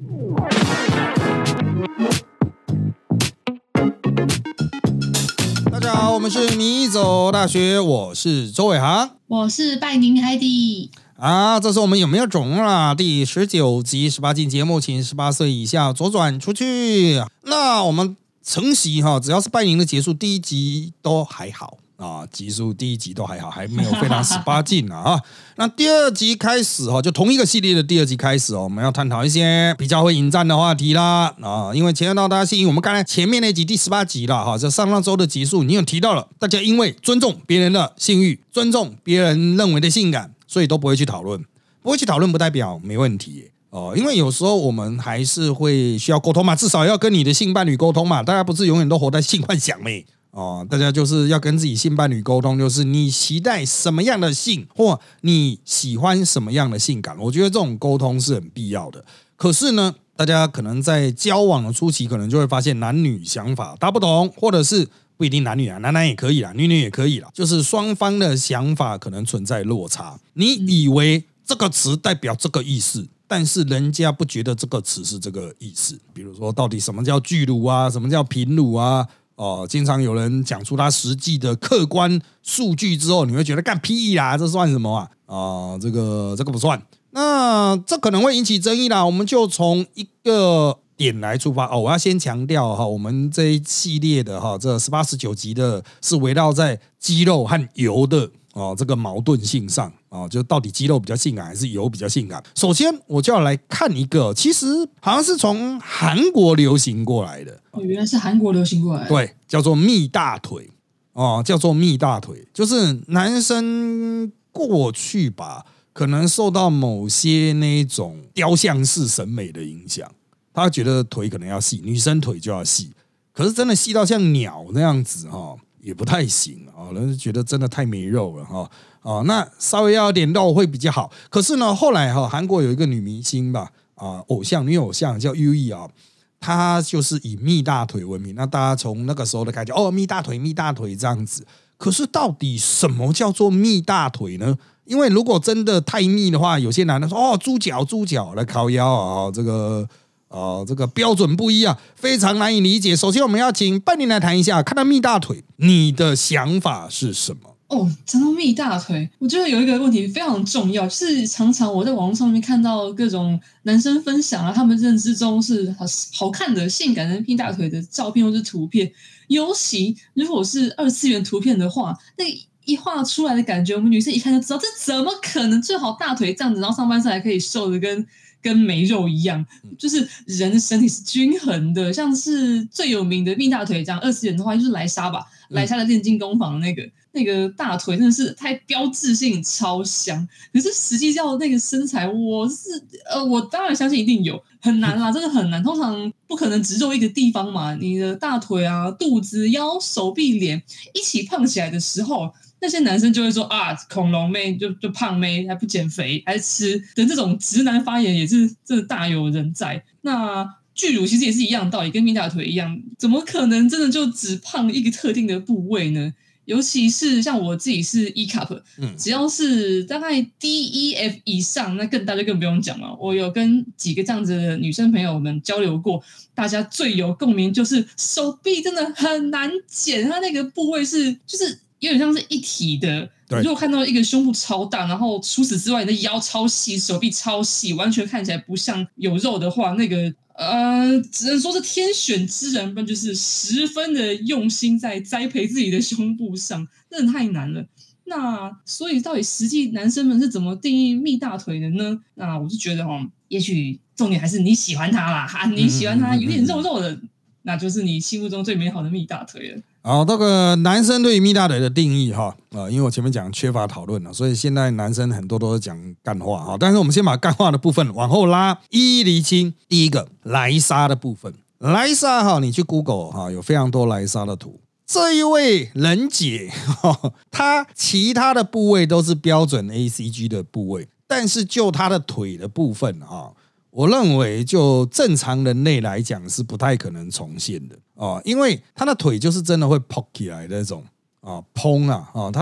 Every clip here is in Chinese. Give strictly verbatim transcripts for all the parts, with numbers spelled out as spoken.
大家好，我们是迷走大学，我是周伟航， 我是拜宁海底啊，这是我们有没有种啊？第十九集十八禁节目，请十八岁以下左转出去。那我们承袭哈，只要是拜宁的结束，第一集都还好啊，集数第一集都还好，还没有非常十八禁啊。那第二集开始哈，就同一个系列的第二集开始哦，我们要探讨一些比较会引战的话题啦啊，因为前到大家信，我们刚才前面那集第十八集啦哈，这上上周的集数，你有提到了，大家因为尊重别人的性欲，尊重别人认为的性感，所以都不会去讨论，不会去讨论不代表没问题耶。哦，因为有时候我们还是会需要沟通嘛，至少要跟你的性伴侣沟通嘛，大家不是永远都活在性幻想咩？哦，大家就是要跟自己性伴侣沟通，就是你期待什么样的性，或你喜欢什么样的性感，我觉得这种沟通是很必要的。可是呢，大家可能在交往的初期，可能就会发现男女想法大不同，或者是不一定男女啊，男男也可以啦，女女也可以啦，就是双方的想法可能存在落差。你以为这个词代表这个意思，但是人家不觉得这个词是这个意思。比如说，到底什么叫巨乳啊，什么叫平乳啊？哦，经常有人讲出他实际的客观数据之后，你会觉得干屁啦，这算什么啊？啊、呃，这个这个不算。那这可能会引起争议啦。我们就从一个点来出发哦。我要先强调哈，我们这一系列的哈，这十八、十九集的是围绕在肌肉和油的哦这个矛盾性上啊，就到底肌肉比较性感还是油比较性感？首先，我就要来看一个，其实好像是从韩国流行过来的。 哦，原来是韩国流行过来的。 对，叫做蜜大腿哦，叫做蜜大腿，就是男生过去吧，可能受到某些那种雕像式审美的影响，他觉得腿可能要细，女生腿就要细，可是真的细到像鸟那样子哈、哦，也不太行啊，人觉得真的太没肉了哈。哦，那稍微要有点肉会比较好。可是呢，后来哈，韩国有一个女明星吧，啊，偶像女偶像叫 U E 啊。他就是以蜜大腿闻名，那大家从那个时候的开始，哦，蜜大腿，蜜大腿这样子。可是到底什么叫做蜜大腿呢？因为如果真的太蜜的话，有些男的说，哦，猪脚，猪脚来靠腰啊、哦，这个呃，这个标准不一样，非常难以理解。首先，我们要请半年来谈一下，看到蜜大腿，你的想法是什么？ 哦，讲到蜜大腿，我觉得有一个问题非常重要，就是常常我在网络上面看到各种男生分享啊，他们认知中是好看的、性感的蜜大腿的照片或是图片，尤其如果是二次元图片的话，那一画出来的感觉，我们女生一看就知道，这怎么可能？最好大腿这样子，然后上半身还可以瘦的跟跟没肉一样，就是人的身体是均衡的。像是最有名的蜜大腿这样，二次元的话就是莱莎吧，莱莎的炼金工坊那个。那个大腿真的是太标志性超香，可是实际上那个身材，我是呃，我当然相信一定有，很难啦，真的很难。通常不可能只肉一个地方嘛，你的大腿啊、肚子、腰、手臂、脸一起胖起来的时候，那些男生就会说啊，恐龙妹就就胖妹，还不减肥，还吃的这种直男发言也是真的大有人在。那巨乳其实也是一样的道理，跟蜜大腿一样，怎么可能真的就只胖一个特定的部位呢？尤其是像我自己是 E cup， 只要是大概 D E F 以上，那更大就更不用讲了。我有跟几个这样子的女生朋友们交流过，大家最有共鸣就是手臂真的很难减，它那个部位是就是有点像是一体的。如果看到一个胸部超大，然后除此之外你的腰超细，手臂超细，完全看起来不像有肉的话，那个呃，只能说是天选之人，不然就是十分的用心在栽培自己的胸部上，真的太难了。那所以到底实际男生们是怎么定义蜜大腿的呢？那我就觉得哦，也许重点还是你喜欢他啦，哈，你喜欢他有点肉肉的，那就是你心目中最美好的蜜大腿了。 好，这个男生对于蜜大腿的定义哈，呃，因为我前面讲缺乏讨论了，所以现在男生很多都是讲干话哈。但是我们先把干话的部分往后拉，一一厘清。第一个，莱莎的部分，莱莎哈，你去 Google 哈，有非常多莱莎的图。这一位人姐，她其他的部位都是标准 A C G 的部位，但是就她的腿的部分哈。我认为就正常人类来讲是不太可能重现的哦，因为他的腿就是真的会 pop 起来的那种啊，蓬啊，他的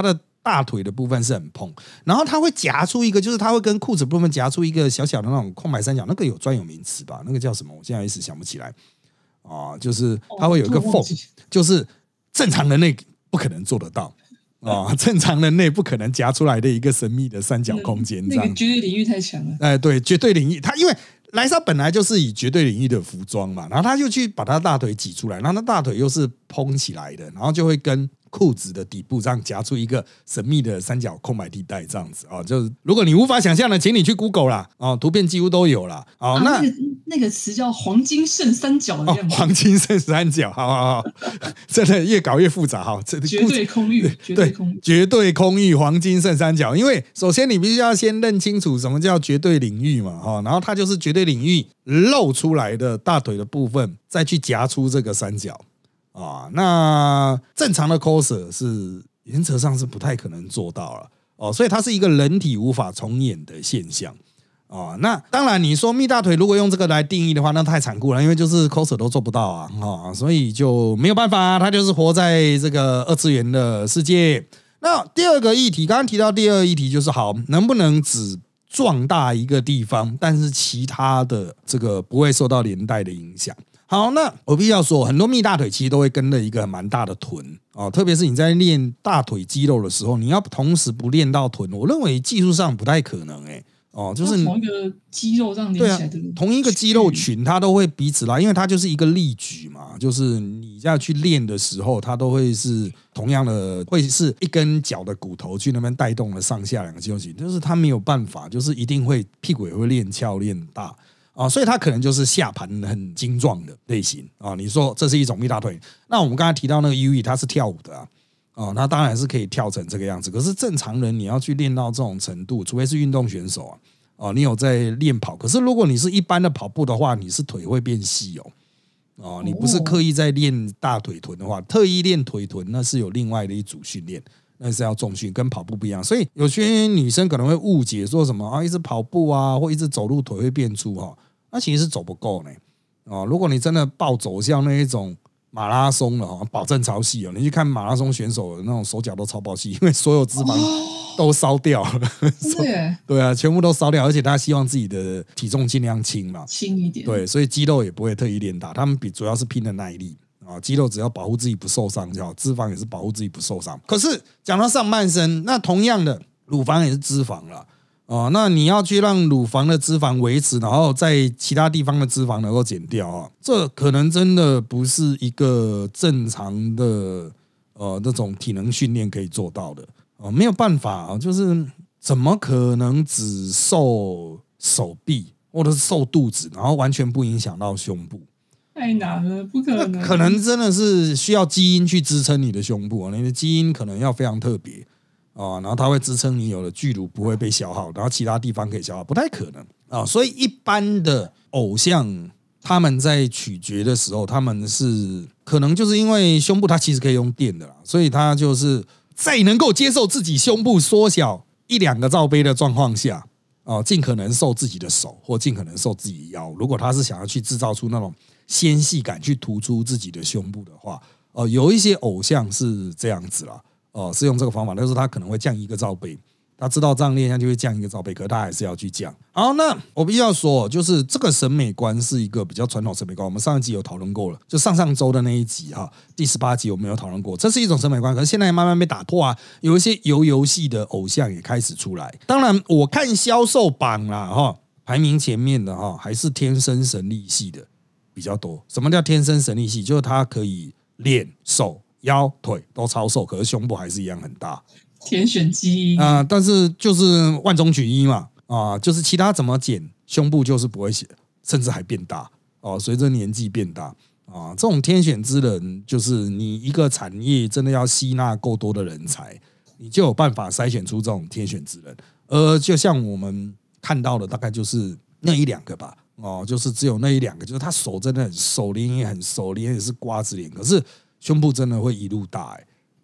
大腿的部分是很蓬，然后它会夹出一个，就是它会跟裤子部分夹出一个小小的那种空白三角，那个有专有名词吧？那个叫什么？我现在一时想不起来啊。就是它会有一个缝，就是正常人类不可能做得到啊，正常人类不可能夹出来的一个神秘的三角空间。 那个绝对领域太强了。 哎，对，绝对领域，它因为莱莎本来就是以绝对领域的服装嘛，然后他就去把他大腿挤出来，然后他大腿又是蓬起来的，然后就会跟裤子的底部这样夹出一个神秘的三角空白地带，这样子啊，就是如果你无法想象的，请你去 Google 啦，啊，图片几乎都有啦。哦， 啊、 那、 那个那个词叫黄金圣三角的样子、 哦，黄金圣三角，好好好，真的越搞越复杂哈， 绝对空域，绝对空域， 绝对空域，黄金圣三角。因为首先你必须要先认清楚什么叫绝对领域嘛，哈，然后它就是绝对领域露出来的大腿的部分，再去夹出这个三角。啊，那正常的 coser 是原则上是不太可能做到了哦，所以它是一个人体无法重演的现象啊。那当然，你说蜜大腿如果用这个来定义的话，那太残酷了，因为就是 coser 都做不到啊，啊，所以就没有办法，它就是活在这个二次元的世界。那第二个议题，刚刚提到第二个议题就是好，能不能只壮大一个地方，但是其他的这个不会受到连带的影响。好，那我必须要说，很多蜜大腿其实都会跟着一个蛮大的臀哦，特别是你在练大腿肌肉的时候，你要同时不练到臀，我认为技术上不太可能哎、欸、哦，就是同一个肌肉这样连起来的、 啊，同一个肌肉群它都会彼此拉，因为它就是一个力矩嘛，就是你要去练的时候，它都会是同样的，会是一根脚的骨头去那边带动了上下两个肌肉群，就是它没有办法，就是一定会屁股也会练翘练大。啊，所以它可能就是下盘很精壮的类型啊。你说这是一种蜜大腿，那我们刚才提到那个 U E， 它是跳舞的啊，啊，那当然是可以跳成这个样子。可是正常人你要去练到这种程度，除非是运动选手啊，哦，你有在练跑。可是如果你是一般的跑步的话，你是腿会变细哦，哦，你不是刻意在练大腿臀的话，特意练腿臀那是有另外的一组训练。那是要重训，跟跑步不一样，所以有些女生可能会误解说什么啊，一直跑步啊，或一直走路腿会变粗哈，那其实是走不够呢。哦，如果你真的暴走像那一种马拉松了哈，保证超细哦。你去看马拉松选手的那种手脚都超爆细，因为所有脂肪都烧掉了。 对， 对啊，全部都烧掉，而且他希望自己的体重尽量轻嘛， 轻一点。 对，所以肌肉也不会特意练大，他们比主要是拼的耐力。啊，肌肉只要保护自己不受伤就好，脂肪也是保护自己不受伤。可是讲到上半身，那同样的乳房也是脂肪啦，哦，那你要去让乳房的脂肪维持，然后在其他地方的脂肪能够减掉啊，这可能真的不是一个正常的呃那种体能训练可以做到的哦，没有办法啊，就是怎么可能只瘦手臂或者是瘦肚子，然后完全不影响到胸部？ 太难了，不可能。 可能真的是需要基因去支撑你的胸部，你的基因可能要非常特别啊，然后它会支撑你有的巨乳不会被消耗，然后其他地方可以消耗，不太可能啊。所以一般的偶像他们在取决的时候，他们是可能就是因为胸部它其实可以用电的啦，所以他就是在能够接受自己胸部缩小一两个罩杯的状况下。哦，尽可能瘦自己的手，或尽可能瘦自己的腰。如果他是想要去制造出那种纤细感，去突出自己的胸部的话，哦、呃，有一些偶像是这样子啦，哦、呃，是用这个方法，但是他可能会降一个罩杯，他知道这样练下去会降一个罩杯，可是他还是要去降。好，那我必须要说，就是这个审美观是一个比较传统审美观，我们上一集有讨论过了，就上上周的那一集哈，第十八集我们有讨论过，这是一种审美观，可是现在慢慢被打破啊，有一些游游戏的偶像也开始出来。当然，我看销售榜啦哈，排名前面的哈还是天生神力系的比较多。什么叫天生神力系？就是他可以练手、腰、腿都超瘦，可是胸部还是一样很大。 天选基因啊、呃，但是就是万中取一嘛，啊、呃，就是其他怎么减，胸部就是不会写，甚至还变大哦、呃。随着年纪变大啊、呃，这种天选之人，就是你一个产业真的要吸纳够多的人才，你就有办法筛选出这种天选之人。而就像我们看到的，大概就是那一两个吧，哦、呃，就是只有那一两个，就是他手真的很瘦，脸也很瘦，脸也是瓜子脸，可是胸部真的会一路大、欸，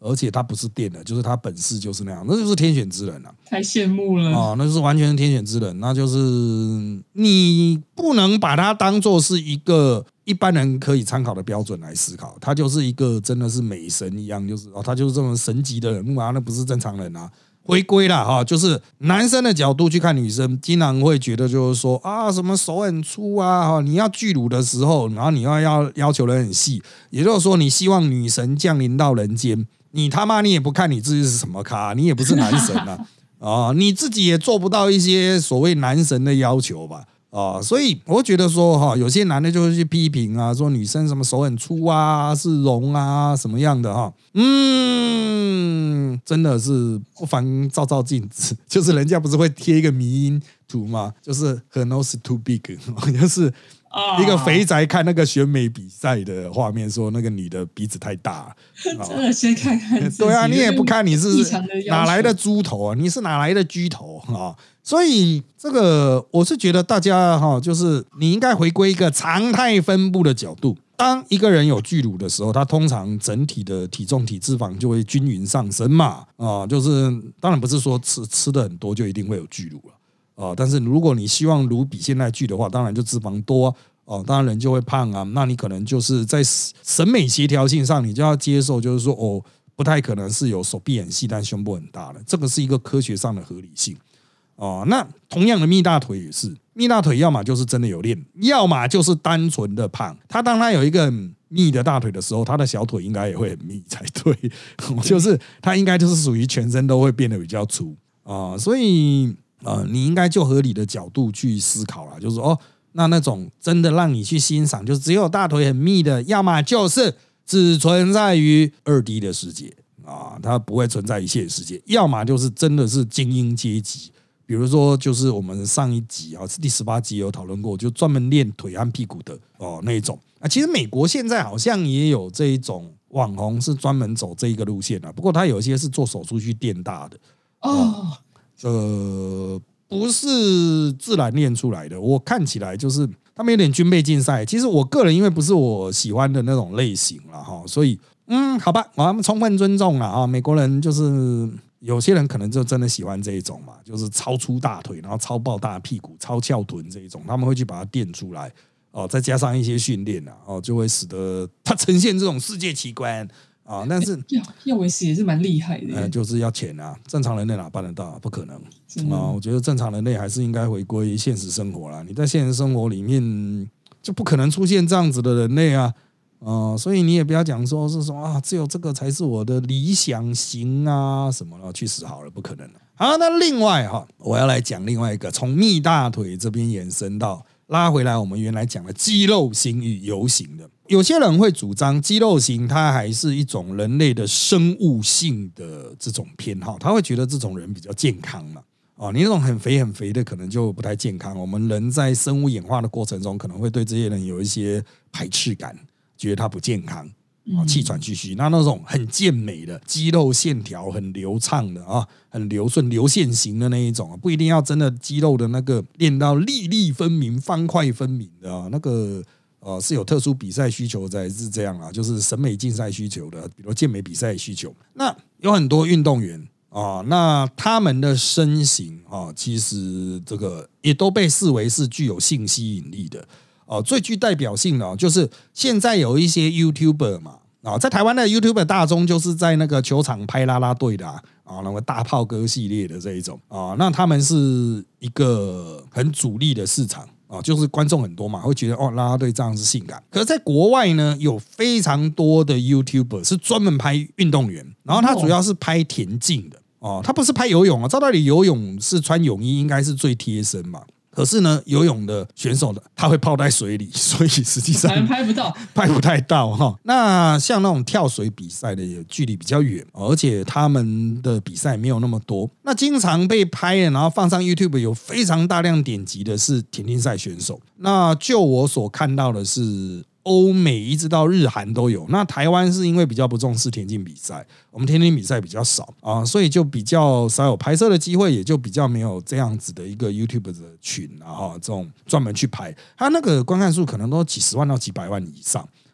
而且他不是电的，就是他本事就是那样，那就是天选之人啊！ 太羡慕了哦，那就是完全是天选之人，那就是你不能把它当作是一个一般人可以参考的标准来思考，他就是一个真的是美神一样，就是哦，他就是这种神级的人物啊，那不是正常人啊。回归啦哈，就是男生的角度去看女生，经常会觉得就是说啊，什么手很粗啊，哈，你要巨乳的时候，然后你要要要求的很细，也就是说，你希望女神降临到人间，你他妈你也不看你自己是什么咖，你也不是男神啊，啊，你自己也做不到一些所谓男神的要求吧。啊，所以我觉得说哈，有些男的就会去批评啊，说女生什么手很粗啊，是绒啊，什么样的哈，嗯，真的是不妨照照镜子，就是人家不是会贴一个迷因图吗？就是 her nose too big， 就是一个肥宅看那个选美比赛的画面，说那个女的鼻子太大， 真的先看看自己。 对啊，你也不看你是哪来的猪头啊？你是哪来的居头啊？所以这个我是觉得大家哈，就是你应该回归一个常态分布的角度。当一个人有巨乳的时候，他通常整体的体重体脂肪就会均匀上升嘛，啊，就是当然不是说吃吃的很多就一定会有巨乳了啊，但是如果你希望乳比现在巨的话，当然就脂肪多啊。哦，当然人就会胖啊，那你可能就是在审美协调性上，你就要接受，就是说哦，不太可能是有手臂很细但胸部很大的，这个是一个科学上的合理性。哦，那同样的蜜大腿也是，蜜大腿要么就是真的有练，要么就是单纯的胖。他当他有一个蜜的大腿的时候，他的小腿应该也会很密才对，就是他应该就是属于全身都会变得比较粗啊，所以呃，你应该就合理的角度去思考啦，就是说哦。那那种真的让你去欣赏，就是只有大腿很密的，要么就是只存在于二 D 的世界啊，它不会存在于现实世界；要么就是真的是精英阶级，比如说就是我们上一集啊，第十八集有讨论过，就专门练腿和屁股的哦那一种啊。其实美国现在好像也有这一种网红是专门走这一个路线啊，不过他有一些是做手术去垫大的哦，呃。不是自然练出来的，我看起来就是他们有点军备竞赛。其实我个人因为不是我喜欢的那种类型啦哈，所以嗯，好吧，我们充分尊重啦啊。美国人就是有些人可能就真的喜欢这一种嘛，就是超粗大腿，然后超爆大屁股、超翘臀这一种，他们会去把它垫出来哦，再加上一些训练啊，哦，就会使得它呈现这种世界奇观。啊，但是要要维持也是蛮厉害的、 呃，就是要钱啊！正常人类哪办得到？不可能啊！我觉得正常人类还是应该回归现实生活啦。你在现实生活里面就不可能出现这样子的人类啊！啊、呃，所以你也不要讲说是说啊，只有这个才是我的理想型啊什么了，去死好了，不可能。好，那另外哈，我要来讲另外一个，从蜜大腿这边延伸到拉回来，我们原来讲的肌肉型与油型的。有些人会主张肌肉型它还是一种人类的生物性的这种偏好，他会觉得这种人比较健康嘛。哦，你那种很肥很肥的可能就不太健康。我们人在生物演化的过程中，可能会对这些人有一些排斥感，觉得他不健康，气喘吁吁。那那种很健美的肌肉线条很流畅的啊，很流顺流线型的那一种，不一定要真的肌肉的那个练到粒粒分明、方块分明的啊，那个。呃，是有特殊比赛需求才是这样啊，就是审美竞赛需求的，比如健美比赛需求。那有很多运动员啊、呃，那他们的身形啊、呃，其实这个也都被视为是具有性吸引力的哦、呃。最具代表性的、哦、就是现在有一些 YouTuber 嘛啊、呃，在台湾的 YouTuber 大宗就是在那个球场拍啦啦队的啊，啊那个大炮哥系列的这一种啊、呃，那他们是一个很主力的市场。啊，就是观众很多嘛，会觉得哦，啦啦队这样是性感。可是，在国外呢，有非常多的 YouTuber 是专门拍运动员，然后他主要是拍田径的哦，他不是拍游泳啊。照道理，游泳是穿泳衣应该是最贴身嘛。可是呢，游泳的选手的他会泡在水里，所以实际上拍不到， 拍不太到哈。那像那种跳水比赛的，也距离比较远，而且他们的比赛没有那么多。那经常被拍的，然后放上 YouTube 有非常大量点击的是田径赛选手。那就我所看到的是，欧美一直到日韩都有。那台湾是因为比较不重视田径比赛，我们田径比赛比较少啊，所以就比较少有拍摄的机会，也就比较没有这样子的一个 YouTube 的群啊，这种专门去拍，他那个观看数可能都几十万到几百万以上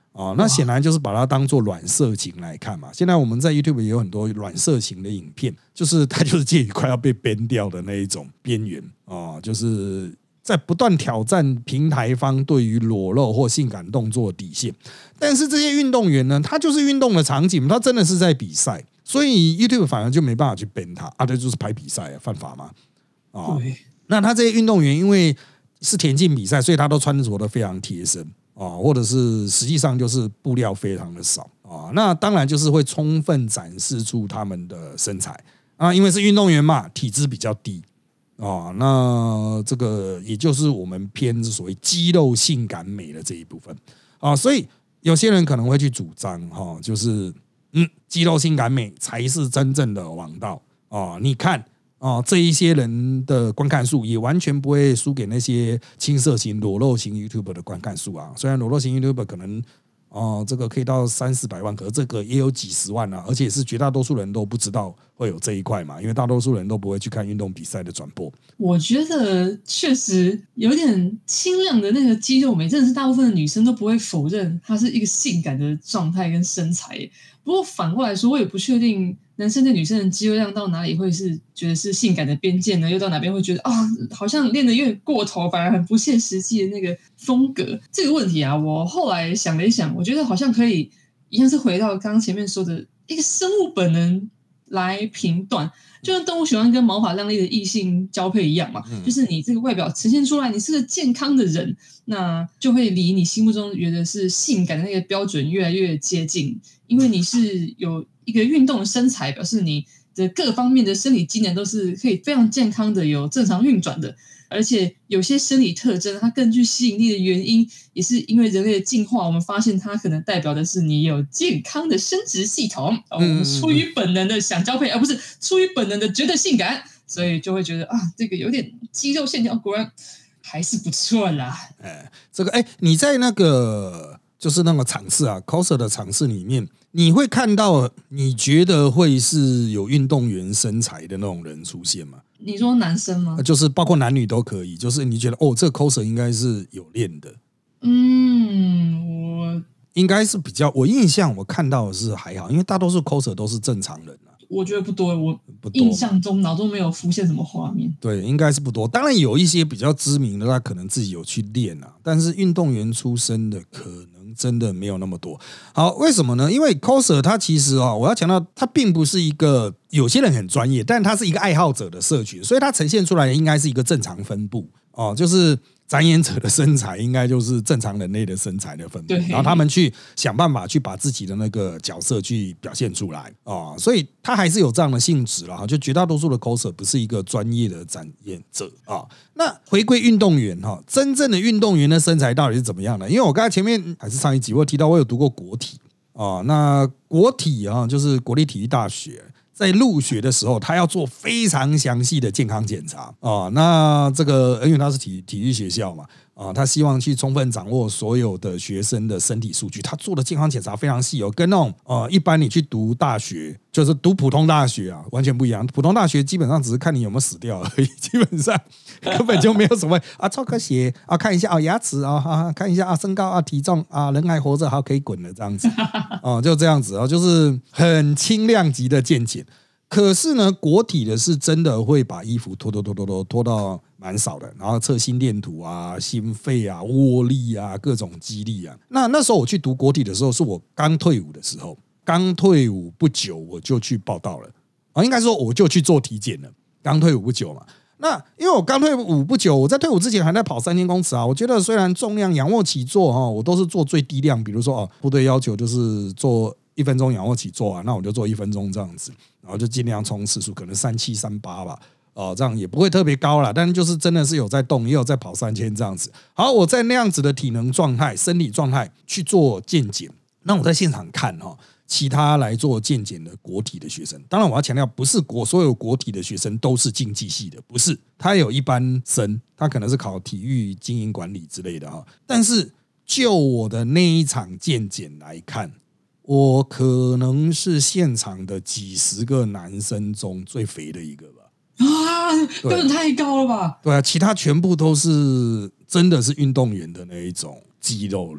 哦，那显然就是把它当做软色情来看嘛。现在我们在 YouTube 也有很多软色情的影片，就是它就是介于快要被 ban 掉的那一种边缘哦，就是在不断挑战平台方对于裸露或性感动作的底线。但是这些运动员呢，他就是运动的场景，他真的是在比赛，所以 YouTube 反而就没办法去 ban 他啊，这就是拍比赛犯法嘛。哦， 对， 那他这些运动员因为是田径比赛，所以他都穿着的非常贴身啊，或者是实际上就是布料非常的少啊。那当然就是会充分展示出他们的身材啊，因为是运动员嘛，体脂比较低啊。那这个也就是我们偏所谓肌肉性感美的这一部分啊，所以有些人可能会去主张哈，就是嗯，肌肉性感美才是真正的王道啊。你看。哦，这一些人的观看数也完全不会输给那些青色型、裸露型 YouTube 的观看数啊。虽然裸露型 YouTube 可能哦，这个可以到三四百万，可是这个也有几十万啊，而且是绝大多数人都不知道会有这一块嘛，因为大多数人都不会去看运动比赛的转播。 我觉得确实有点清亮的那个肌肉美，真的是大部分的女生都不会否认它是一个性感的状态跟身材。不过反过来说，我也不确定男生对女生的肌肉量到哪里会是觉得是性感的边界呢？又到哪边会觉得啊，好像练得有点过头，反而很不切实际的那个风格？这个问题啊，我后来想了一想，我觉得好像可以一样是回到刚刚前面说的一个生物本能来评断。就像动物喜欢跟毛发亮丽的异性交配一样嘛，就是你这个外表呈现出来，你是个健康的人，那就会离你心目中觉得是性感的那个标准越来越接近，因为你是有一个运动的身材，表示你的各方面的生理机能都是可以非常健康的，有正常运转的。而且有些生理特征它更具吸引力的原因，也是因为人类的进化，我们发现它可能代表的是你有健康的生殖系统，我们出于本能的想交配，而不是出于本能的觉得性感，所以就会觉得啊，这个有点肌肉线条，果然还是不错啦。 哎，这个哎，你在那个就是那个场次啊 ，coser 的场次里面，你会看到你觉得会是有运动员身材的那种人出现吗？ 你说男生吗？ 就是包括男女都可以，就是你觉得哦，这个 coser 应该是有练的。 嗯，我应该是比较，我印象我看到的是还好，因为大多数 coser 都是正常人啊。 我觉得不多，我不多印象中脑中没有浮现什么画面。 对，应该是不多。当然有一些比较知名的，他可能自己有去练啊，但是运动员出身的可能真的没有那么多。好，为什么呢？因为 coser 他其实啊、哦，我要强调，他并不是一个有些人很专业，但他是一个爱好者的社群，所以他呈现出来的应该是一个正常分布哦，就是展演者的身材应该就是正常人类的身材的分布，然后他们去想办法去把自己的那个角色去表现出来哦，所以他还是有这样的性质啦，就绝大多数的 coser 不是一个专业的展演者啊。那回归运动员哈，真正的运动员的身材到底是怎么样的？因为我刚才前面还是上一集我有提到，我有读过国体啊，那国体啊就是国立体育大学。在入学的时候，他要做非常详细的健康检查啊。那这个，因为他是体体育学校嘛，啊，他希望去充分掌握所有的学生的身体数据。他做的健康检查非常细哦，跟那种呃，一般你去读大学，就是读普通大学啊，完全不一样。普通大学基本上只是看你有没有死掉而已，基本上根本就没有什么啊，抽个血啊，看一下啊牙齿啊，啊看一下啊身高啊体重啊，人还活着，好可以滚了这样子哦，就这样子啊，就是很轻量级的健检。可是呢，国体的是真的会把衣服脱脱脱脱脱脱到蛮少的，然后测心电图啊、心肺啊、握力啊、各种肌力啊。那那时候我去读国体的时候，是我刚退伍的时候，刚退伍不久我就去报到了啊，应该说我就去做体检了。刚退伍不久嘛，那因为我刚退伍不久，我在退伍之前还在跑三千公尺啊。我觉得虽然重量、仰卧起坐哈，我都是做最低量，比如说哦，部队要求就是做一分钟仰卧起坐啊，那我就做一分钟这样子，然后就尽量冲次数，可能三七三八吧，哦，这样也不会特别高啦，但是就是真的是有在动，也有在跑三千这样子。好，我在那样子的体能状态、生理状态去做健检，那我在现场看哈，其他来做健检的国体的学生，当然我要强调，不是国所有国体的学生都是竞技系的，不是，他有一般生，他可能是考体育经营管理之类的哈，但是就我的那一场健检来看。我可能是现场的几十个男生中最肥的一个吧。 啊，标准太高了吧？ 对啊，其他全部都是真的是运动员的那一种肌肉量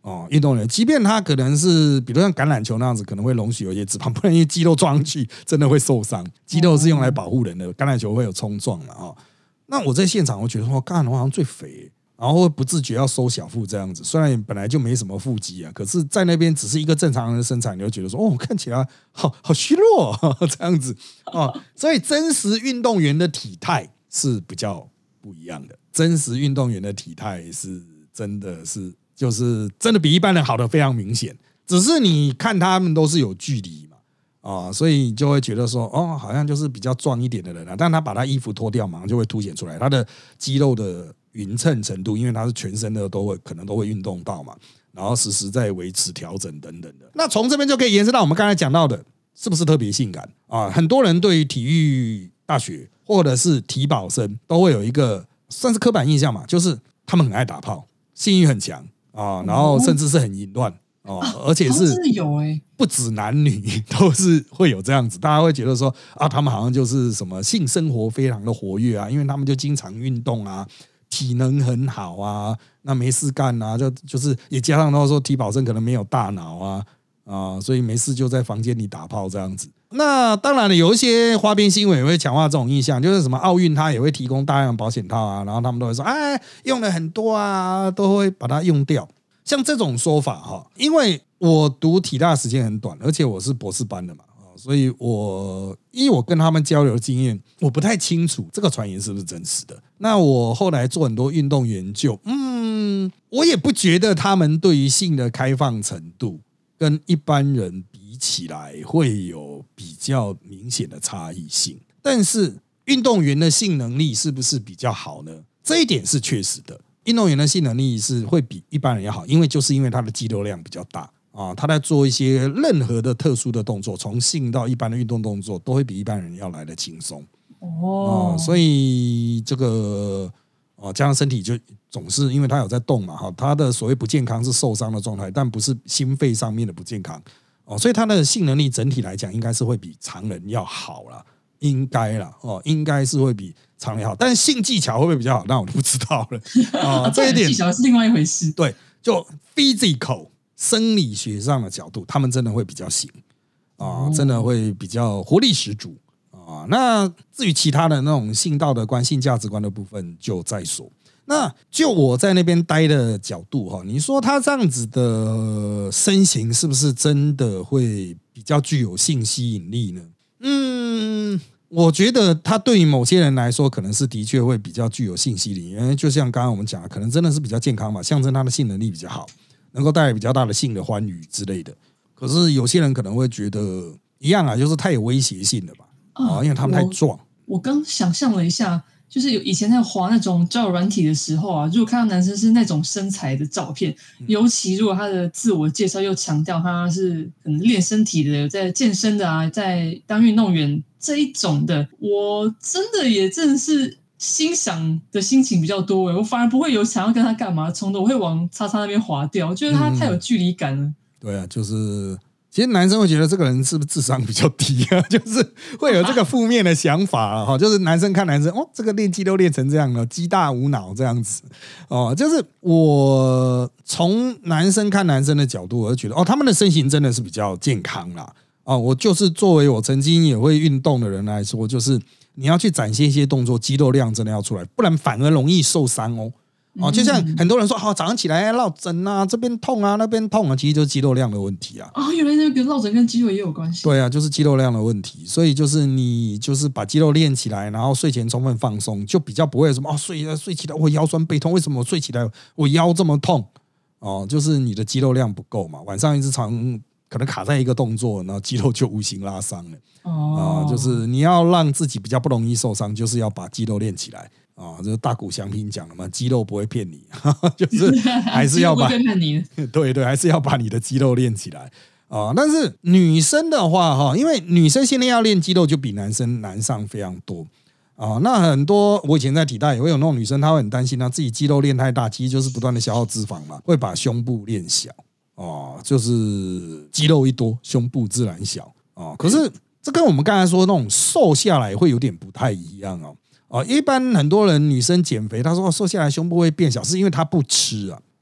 哦，运动员，即便他可能是比如像橄榄球那样子，可能会容许有一些脂肪，不然因为肌肉撞上去真的会受伤。肌肉是用来保护人的，橄榄球会有冲撞嘛，哦。那我在现场，我觉得说，干，我好像最肥，然后会不自觉要收小腹这样子。虽然本来就没什么腹肌啊，可是在那边只是一个正常人的身材，你就觉得说，哦，看起来好好虚弱这样子哦。所以真实运动员的体态是比较不一样的，真实运动员的体态是真的是就是真的比一般人好的非常明显。只是你看他们都是有距离嘛。哦，所以就会觉得说，哦，好像就是比较壮一点的人啊，但他把他衣服脱掉，马上就会凸显出来他的肌肉的匀称程度，因为他是全身的都会可能都会运动到嘛，然后时时在维持调整等等的。那从这边就可以延伸到我们刚才讲到的，是不是特别性感啊？很多人对于体育大学或者是体保生都会有一个算是刻板印象嘛，就是他们很爱打炮，性欲很强啊，然后甚至是很淫乱。哦，而且是不止男女都是会有这样子，大家会觉得说啊，他们好像就是什么性生活非常的活跃啊，因为他们就经常运动啊，体能很好啊，那没事干啊，就就是也加上到说体保生可能没有大脑啊啊，所以没事就在房间里打炮这样子。那当然了，有一些花边新闻也会强化这种印象，就是什么奥运它也会提供大量保险套啊，然后他们都会说哎，用了很多啊，都会把它用掉。像这种说法哈，因为我读体大时间很短，而且我是博士班的嘛，所以我依我跟他们交流的经验，我不太清楚这个传言是不是真实的。那我后来做很多运动研究，嗯，我也不觉得他们对于性的开放程度跟一般人比起来会有比较明显的差异性。但是运动员的性能力是不是比较好呢？这一点是确实的。运动员的性能力是会比一般人要好，因为就是因为他的肌肉量比较大啊，他在做一些任何的特殊的动作，从性到一般的运动动作，都会比一般人要来的轻松哦、啊。所以这个哦、啊，加上身体就总是因为他有在动嘛，哈，他的所谓不健康是受伤的状态，但不是心肺上面的不健康哦，所以他的性能力整体来讲应该是会比常人要好啦，应该啦哦，应该是会比常人好，但是性技巧会不会比较好？那我就不知道了啊。这一点技巧是另外一回事。 对，就 physical 生理学上的角度，他们真的会比较行啊，真的会比较活力十足啊。那至于其他的那种性道德观、性价值观的部分，就再说。那就我在那边待的角度哈，你说他这样子的身形是不是真的会比较具有性吸引力呢？嗯。我觉得他对于某些人来说，可能是的确会比较具有性吸引力，因为就像刚刚我们讲的，可能真的是比较健康嘛，象征他的性能力比较好，能够带来比较大的性的欢愉之类的。可是有些人可能会觉得一样啊，就是太有威胁性了吧，啊，因为他们太壮。 我, 我刚想象了一下，就是有以前在滑那种交友软体的时候啊，如果看到男生是那种身材的照片，尤其如果他的自我介绍又强调他是可能练身体的，在健身的啊，在当运动员。这一种的，我真的也正是欣赏的心情比较多，我反而不会有想要跟他干嘛冲动，我会往叉叉那边滑掉，我觉得他太有距离感了。 嗯、对啊，就是其实男生会觉得这个人是不是智商比较低啊？就是会有这个负面的想法哈，就是男生看男生哦，这个练肌都练成这样了，鸡大无脑这样子哦。就是我从男生看男生的角度，我就觉得哦，他们的身形真的是比较健康啦。哦，我就是作为我曾经也会运动的人来说，就是你要去展现一些动作，肌肉量真的要出来，不然反而容易受伤哦。哦，就像很多人说，好、哦、早上起来落枕啊，这边痛啊，那边痛啊，其实就是肌肉量的问题啊。 啊、哦，原来那个落枕跟肌肉也有关系。 对啊，就是肌肉量的问题，所以就是你就是把肌肉练起来，然后睡前充分放松，就比较不会什么哦睡睡起来我腰酸背痛，为什么我睡起来我腰这么痛？哦，就是你的肌肉量不够嘛，晚上一直常。可能卡在一个动作，然后肌肉就无形拉伤了。哦、呃，就是你要让自己比较不容易受伤，就是要把肌肉练起来啊。这、呃、是大谷翔平讲的嘛，肌肉不会骗你，就是还是要把对对，还是要把你的肌肉练起来啊、呃。但是女生的话哈，因为女生现在要练肌肉就比男生难上非常多啊、呃。那很多我以前在体大也会有那种女生，她会很担心她自己肌肉练太大，其实就是不断的消耗脂肪嘛，会把胸部练小。哦，就是肌肉一多，胸部自然小哦。可是这跟我们刚才说那种瘦下来会有点不太一样哦。哦，一般很多人女生减肥，她说、哦、瘦下来胸部会变小，是因为她不吃啊。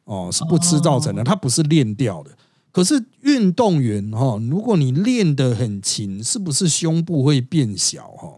哦，是不吃造成的，它不是练掉的。可是运动员哈，如果你练得很勤，是不是胸部会变小哈？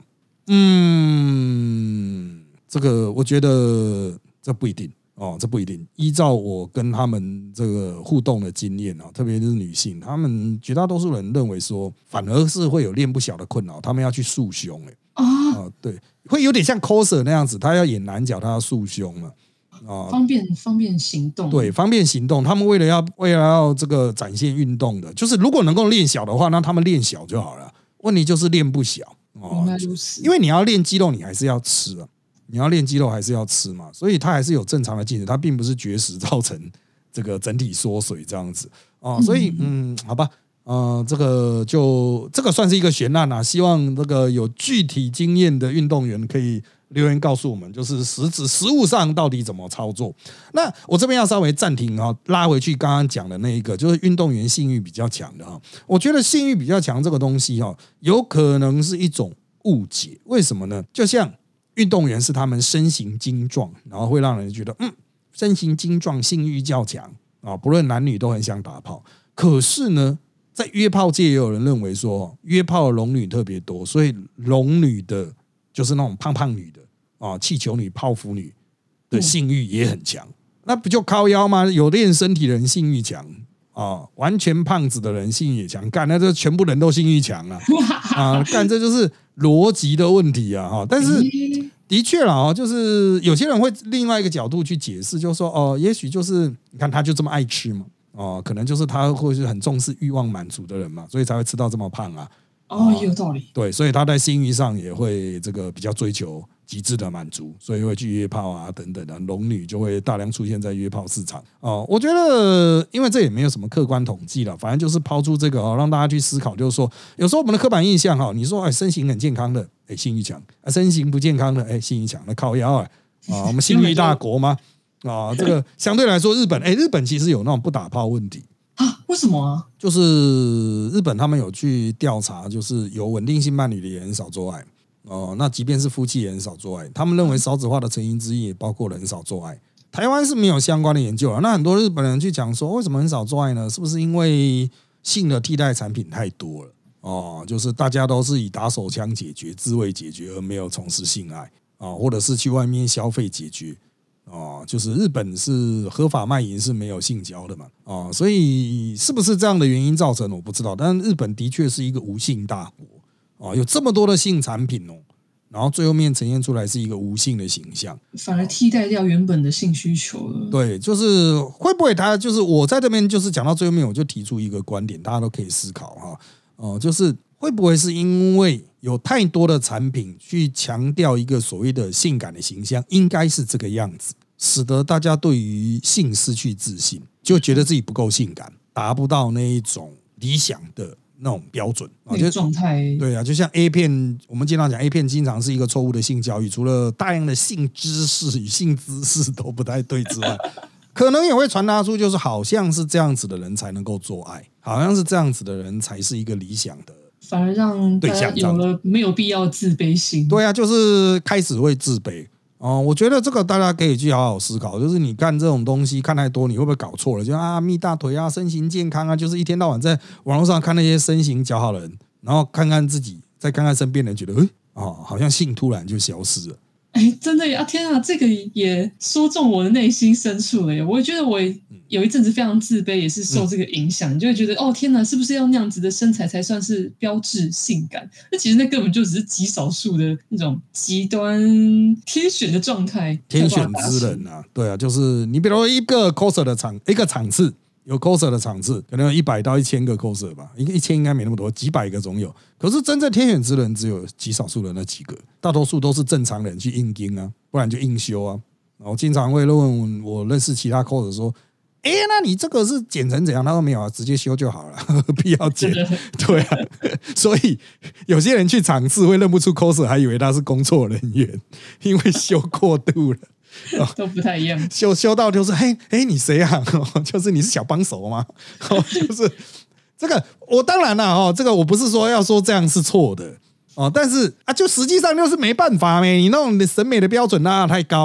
嗯，这个我觉得这不一定哦，这不一定。依照我跟他们这个互动的经验啊，特别是女性，他们绝大多数人认为说，反而是会有练不小的困扰，他们要去束胸哎、欸、啊、哦，对，会有点像 coser 那样子，他要演男角，他要束胸嘛。 哦、方便方便行动， 对，方便行动。他们为了要为了要这个展现运动的，就是如果能够练小的话，那他们练小就好了。问题就是练不小哦，原来如此。 因为你要练肌肉，你还是要吃啊，你要练肌肉还是要吃嘛，所以它还是有正常的进食，它并不是绝食造成这个整体缩水这样子哦。所以嗯，好吧。呃，这个就这个算是一个悬案啊，希望这个有具体经验的运动员可以留言告诉我们，就是实质实务上到底怎么操作。那我这边要稍微暂停啊，拉回去刚刚讲的那一个，就是运动员性欲比较强的哈。我觉得性欲比较强这个东西哈，有可能是一种误解。为什么呢？就像运动员是他们身形精壮，然后会让人觉得嗯，身形精壮，性欲较强啊，不论男女都很想打炮。可是呢，在约炮界也有人认为说，约炮的龙女特别多，所以龙女的就是那种胖胖女的啊，气球女、泡芙女的性欲也很强。那不就靠腰吗？有练身体的人性欲强啊，完全胖子的人性欲也强，干那这全部人都性欲强啊啊，干这就是逻辑的问题啊哈。但是的确啦，就是有些人会另外一个角度去解释，就是说哦，也许就是你看他就这么爱吃嘛。哦，可能就是他会是很重视欲望满足的人嘛，所以才会吃到这么胖啊。 哦，有道理。 对，所以他在性欲上也会这个比较追求极致的满足，所以会去约炮啊等等的，龙女就会大量出现在约炮市场。哦，我觉得因为这也没有什么客观统计了，反正就是抛出这个哦，让大家去思考，就是说有时候我们的刻板印象哈，你说哎身形很健康的，哎性欲强；啊身形不健康的，哎性欲强，那靠腰啊啊，我们性欲大国吗？啊，这个相对来说，日本哎，日本其实有那种不打炮问题啊？为什么啊？ 就是日本他们有去调查，就是有稳定性伴侣的也很少做爱哦。那即便是夫妻也很少做爱，他们认为少子化的成因之一也包括很少做爱。台湾是没有相关的研究啊。那很多日本人去讲说，为什么很少做爱呢？是不是因为性的替代产品太多了？哦，就是大家都是以打手枪解决、自慰解决，而没有从事性爱啊，或者是去外面消费解决。哦，就是日本是合法卖淫是没有性交的嘛，哦，所以是不是这样的原因造成我不知道，但日本的确是一个无性大国哦，有这么多的性产品哦，然后最后面呈现出来是一个无性的形象， 反而替代掉原本的性需求了。 对，就是会不会他就是我在这边就是讲到最后面，我就提出一个观点，大家都可以思考哈，哦，就是会不会是因为有太多的产品去强调一个所谓的性感的形象，应该是这个样子，使得大家对于性失去自信，就觉得自己不够性感，达不到那一种理想的那种标准， 那个状态。 对啊，就像 A 片，我们经常讲 A 片经常是一个错误的性教育，除了大量的性知识与性姿势都不太对之外，可能也会传达出就是好像是这样子的人才能够做爱，好像是这样子的人才是一个理想的， 反而让大家有了没有必要的自卑心。 对啊，就是开始会自卑哦。我觉得这个大家可以去好好思考，就是你干这种东西看太多，你会不会搞错了？就啊，蜜大腿啊，身形健康啊，就是一天到晚在网络上看那些身形姣好的人，然后看看自己，再看看身边人，觉得哎哦，好像性突然就消失了。 哎，真的呀！天啊，这个也说中我的内心深处了耶！我觉得我有一阵子非常自卑，也是受这个影响，你就会觉得哦，天哪，是不是要那样子的身材才算是标致性感？那其实那根本就只是极少数的那种极端天选的状态， 天选之人啊，对啊，就是你比如说一个 coser 的场，一个场次。有 coser 的场次，可能有一百到一千个 coser 吧，一个一千应该没那么多，几百个总有。可是真正天选之人只有极少数的那几个，大多数都是正常人去硬盯啊，不然就硬修啊。然后经常会问我认识其他 coser 说：“哎，那你这个是剪成怎样？”他说：“没有啊，直接修就好了，何必要剪？”对啊，所以有些人去场次会认不出 coser， 还以为他是工作人员，因为修过度了。 都不太一样， 修修到就是嘿，哎，你谁啊？就是你是小帮手吗？就是这个，我当然了哦，这个我不是说要说这样是错的哦，但是啊，就实际上就是没办法呗，你那种审美的标准那太高啊，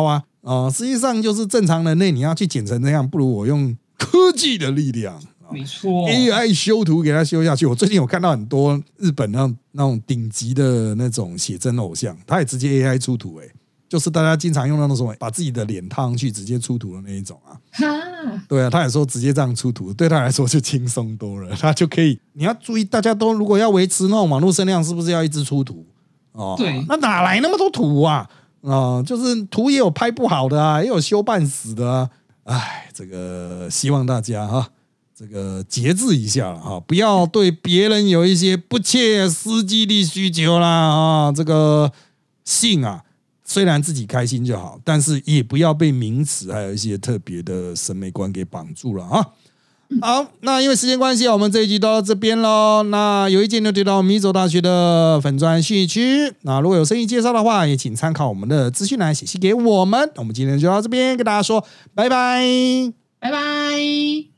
啊、呃，实际上就是正常人类你要去剪成那样，不如我用科技的力量。 没错 ，A I 修图给他修下去。我最近有看到很多日本那种那种顶级的那种写真偶像，他也直接 A I 出图、欸，哎，就是大家经常用那种什么把自己的脸套上去直接出图的那一种啊。对啊，他也说直接这样出图，对他来说就轻松多了，他就可以。你要注意，大家都如果要维持那种网络声量，是不是要一直出图？哦， 对， 那哪来那么多图啊？啊、呃，就是图也有拍不好的啊，也有修半死的啊。哎，这个希望大家哈。这个节制一下了哈，不要对别人有一些不切实际的需求啦啊！这个性啊，虽然自己开心就好，但是也不要被名词还有一些特别的审美观给绑住了啊。好，那因为时间关系，我们这一集到这边喽。那有意见就丢到米走大学的粉专讯息区。那如果有生意介绍的话，也请参考我们的资讯栏写信给我们。我们今天就到这边，跟大家说拜拜， 拜拜。